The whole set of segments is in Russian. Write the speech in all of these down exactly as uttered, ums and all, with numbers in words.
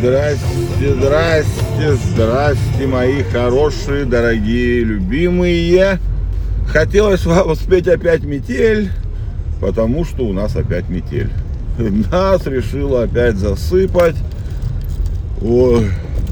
Здрасте, здрасте, здрасте, мои хорошие, дорогие, любимые. Хотелось вам спеть опять метель, потому что у нас опять метель. Нас решила опять засыпать. Ой,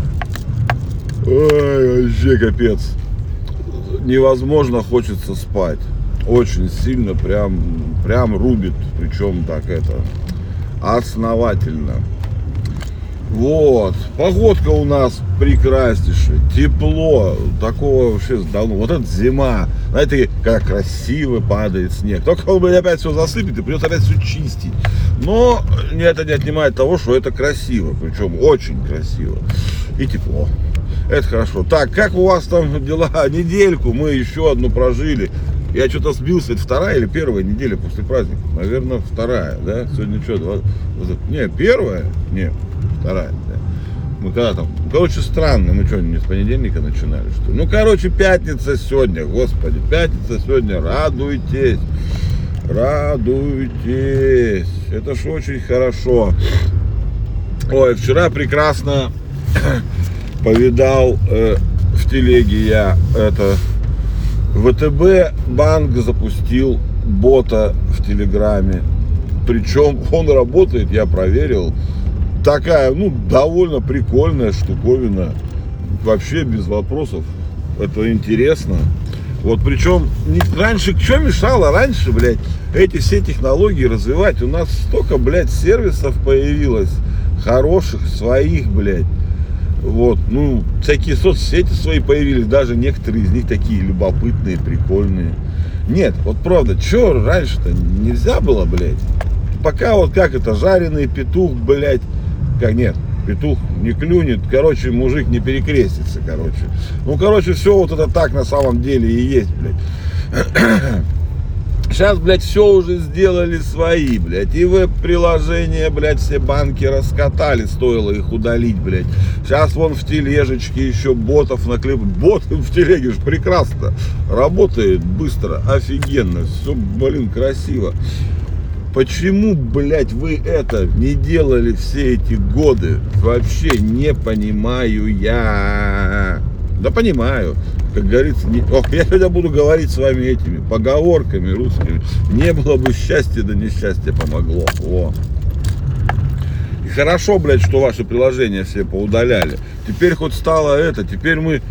ой, вообще капец. Невозможно хочется спать. Очень сильно, прям, прям рубит, причем так это, основательно. Вот, погодка у нас прекраснейшая, тепло, такого вообще давно. Вот это зима, знаете, как красиво падает снег. Только он, блядь, опять все засыпет и придется опять все чистить. Но это не отнимает того, что это красиво, причем очень красиво. И тепло. Это хорошо. Так, как у вас там дела? Недельку мы еще одну прожили. Я что-то сбился, это вторая или первая неделя после праздника? Наверное, вторая, да? Сегодня что, два... Не, первая? Не, вторая, да. Мы когда там, короче, странно, мы что, не с понедельника начинали, что ли? Ну, короче, пятница сегодня, господи, пятница сегодня, радуйтесь, радуйтесь, это ж очень хорошо. Ой, вчера прекрасно повидал э, в телеге я это... ВТБ банк запустил бота в Телеграме. Причем он работает, я проверил. Такая, ну, довольно прикольная штуковина. Вообще без вопросов. Это интересно. Вот причем не, раньше, что мешало раньше, блядь, эти все технологии развивать? У нас столько, блядь, сервисов появилось. Хороших, своих, блядь. Вот, ну, всякие соцсети свои появились, даже некоторые из них такие любопытные, прикольные. Нет, вот правда, что раньше-то нельзя было, блядь? Пока вот как это, жареный петух, блядь, как нет, петух не клюнет, короче, мужик не перекрестится, короче. Ну, короче, все вот это так на самом деле и есть, блядь. Сейчас, блядь, все уже сделали свои, блядь. И веб-приложения, блядь, все банки раскатали, стоило их удалить, блядь. Сейчас вон в тележечке еще ботов наклеп... Боты в телеге же прекрасно. Работает быстро, офигенно. Все, блин, красиво. Почему, блядь, вы это не делали все эти годы? Вообще не понимаю я. Да понимаю. Как говорится, не... Ох, я сегодня буду говорить с вами этими поговорками русскими. Не было бы счастья, да несчастье помогло. О. И хорошо, блядь, что ваши приложения все поудаляли. Теперь хоть стало это, теперь мы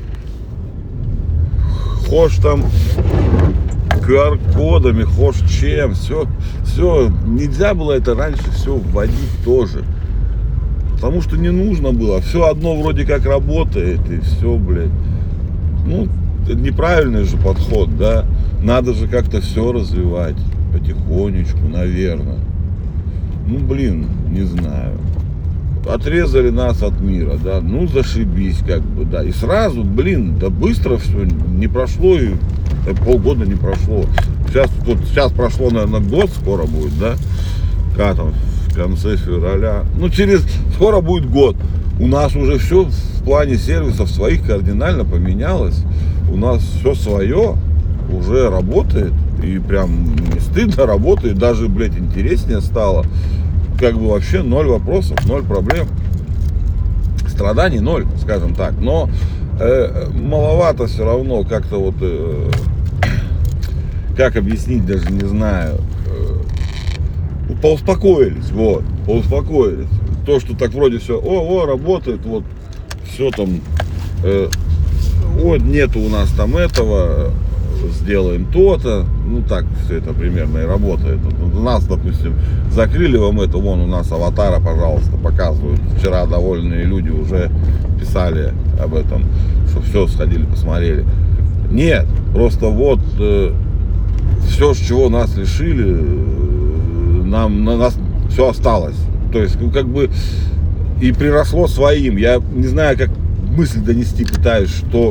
хошь там ку ар-кодами, хошь чем, все, все, нельзя было это раньше все вводить тоже. Потому что не нужно было. Все одно вроде как работает, и все, блядь. Ну, это неправильный же подход, да. Надо же как-то все развивать потихонечку, наверное. Ну, блин, не знаю. Отрезали нас от мира, да. Ну, зашибись, как бы, да. И сразу, блин, да быстро все, не прошло, и полгода не прошло. Сейчас, вот, сейчас прошло, наверное, год скоро будет, да. Как там, в конце февраля. Ну, через, скоро будет год. У нас уже все в плане сервисов своих кардинально поменялось. У нас все свое уже работает. И прям не стыдно работает. Даже, блядь, интереснее стало. Как бы вообще ноль вопросов, ноль проблем. Страданий ноль, скажем так. Но э, маловато все равно как-то вот... Э, как объяснить, даже не знаю. Э, поуспокоились, вот. Поуспокоились. То, что так вроде все, о, о, работает, вот, все там, э, вот, нету у нас там этого, сделаем то-то, ну, так все это примерно и работает. У нас, допустим, закрыли вам это, вон у нас аватара, пожалуйста, показывают. Вчера довольные люди уже писали об этом, что все, сходили, посмотрели. Нет, просто вот, э, все, с чего нас лишили, э, нам, на нас все осталось. То есть, ну, как бы, и приросло своим. Я не знаю, как мысль донести пытаюсь, что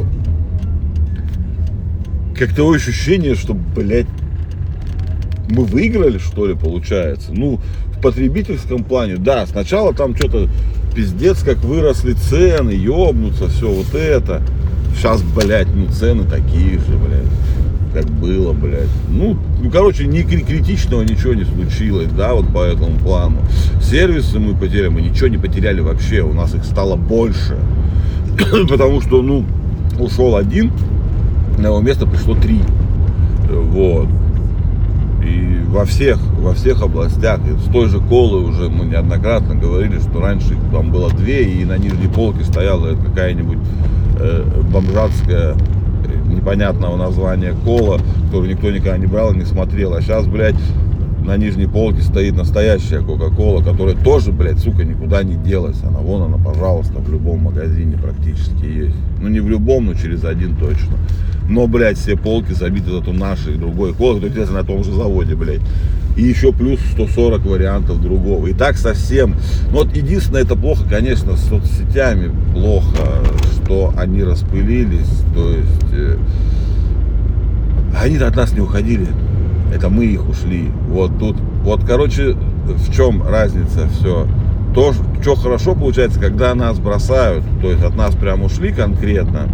как-то ощущение, что, блядь, мы выиграли, что ли, получается. Ну, в потребительском плане, да, сначала там что-то пиздец, как выросли цены, ёбнутся, все вот это. Сейчас, блядь, ну, цены такие же, блядь. как было, блядь. Ну, ну, короче, ни критичного ничего не случилось, да, вот по этому плану. Сервисы мы потеряли, мы ничего не потеряли вообще, у нас их стало больше. Потому что, ну, ушел один, на его место пришло три. Вот. И во всех, во всех областях, и с той же Колы уже мы неоднократно говорили, что раньше их там было две, и на нижней полке стояла какая-нибудь э, бомжатская, непонятного названия кола, которую никто никогда не брал и не смотрел. А сейчас, блядь, на нижней полке стоит настоящая Кока-Кола, которая тоже, блядь, сука, никуда не делась. Она вон она, пожалуйста, в любом магазине практически есть. Ну, не в любом, но через один точно. Но, блядь, все полки забиты зато нашей и другой колы, которая делается на том же заводе, блядь. И еще плюс сто сорок вариантов другого. И так совсем. Ну, вот единственное, это плохо, конечно, с соцсетями плохо, что они распылились. То есть, э, они-то от нас не уходили. Это мы их ушли. Вот тут, вот, короче, в чем разница все. То, что хорошо получается, когда нас бросают, то есть от нас прям ушли конкретно,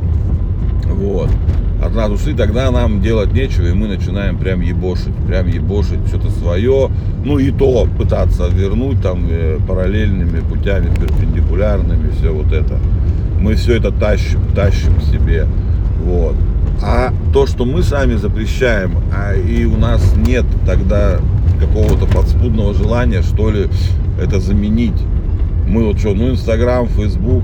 вот, от нас ушли, тогда нам делать нечего, и мы начинаем прям ебошить, прям ебошить что-то свое, ну и то пытаться вернуть там э, параллельными путями, перпендикулярными, все вот это. Мы все это тащим, тащим себе, вот. А то, что мы сами запрещаем, а и у нас нет тогда какого-то подспудного желания, что ли, это заменить. Мы вот что, ну, Инстаграм, Фейсбук,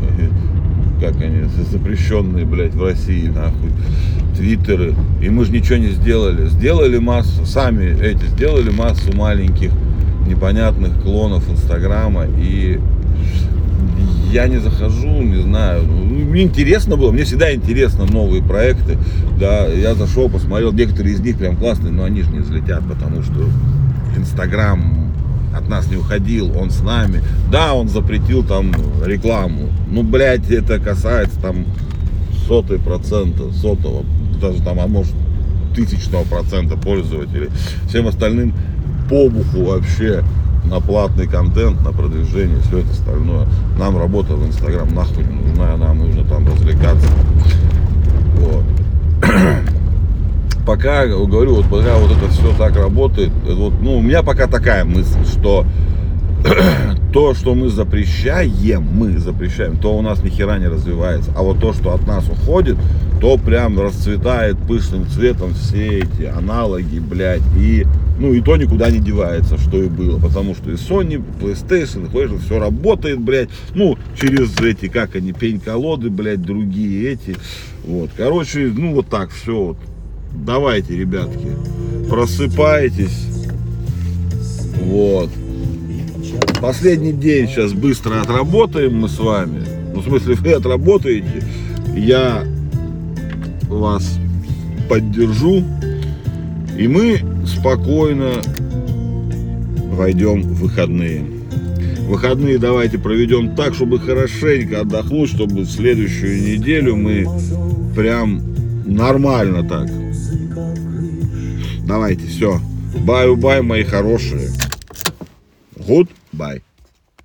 как они, запрещенные, блядь, в России, нахуй, Твиттеры, и мы же ничего не сделали. Сделали массу, сами эти, сделали массу маленьких непонятных клонов Инстаграма, и я не захожу, не знаю, мне интересно было, мне всегда интересно новые проекты, да, я зашел, посмотрел, некоторые из них прям классные, но они же не взлетят, потому что Инстаграм от нас не уходил, он с нами, да, он запретил там рекламу, ну, блядь, это касается там сотой процента, сотого, даже там, а может, тысячного процента пользователей, всем остальным побуху вообще на платный контент, на продвижение, все это остальное. Нам работа в Инстаграм нахуй не нужна, нам нужно там развлекаться. Вот. Пока, говорю, вот пока вот это все так работает, вот, ну, у меня пока такая мысль, что то, что мы запрещаем, мы запрещаем, то у нас ни хера не развивается. А вот то, что от нас уходит, то прям расцветает пышным цветом все эти аналоги, блядь, и, ну, и то никуда не девается, что и было, потому что и Sony, PlayStation, конечно, все работает, блядь, ну, через эти, как они, пень-колоды, блядь, другие эти, вот, короче, ну, вот так все, вот. Давайте, ребятки, просыпайтесь, вот. Последний день сейчас быстро отработаем мы с вами. Ну, в смысле, вы отработаете, я вас поддержу, и мы спокойно войдем в выходные. Выходные давайте проведем так, чтобы хорошенько отдохнуть, чтобы в следующую неделю мы прям нормально так. Давайте, все. Бай-бай, мои хорошие. Goodbye.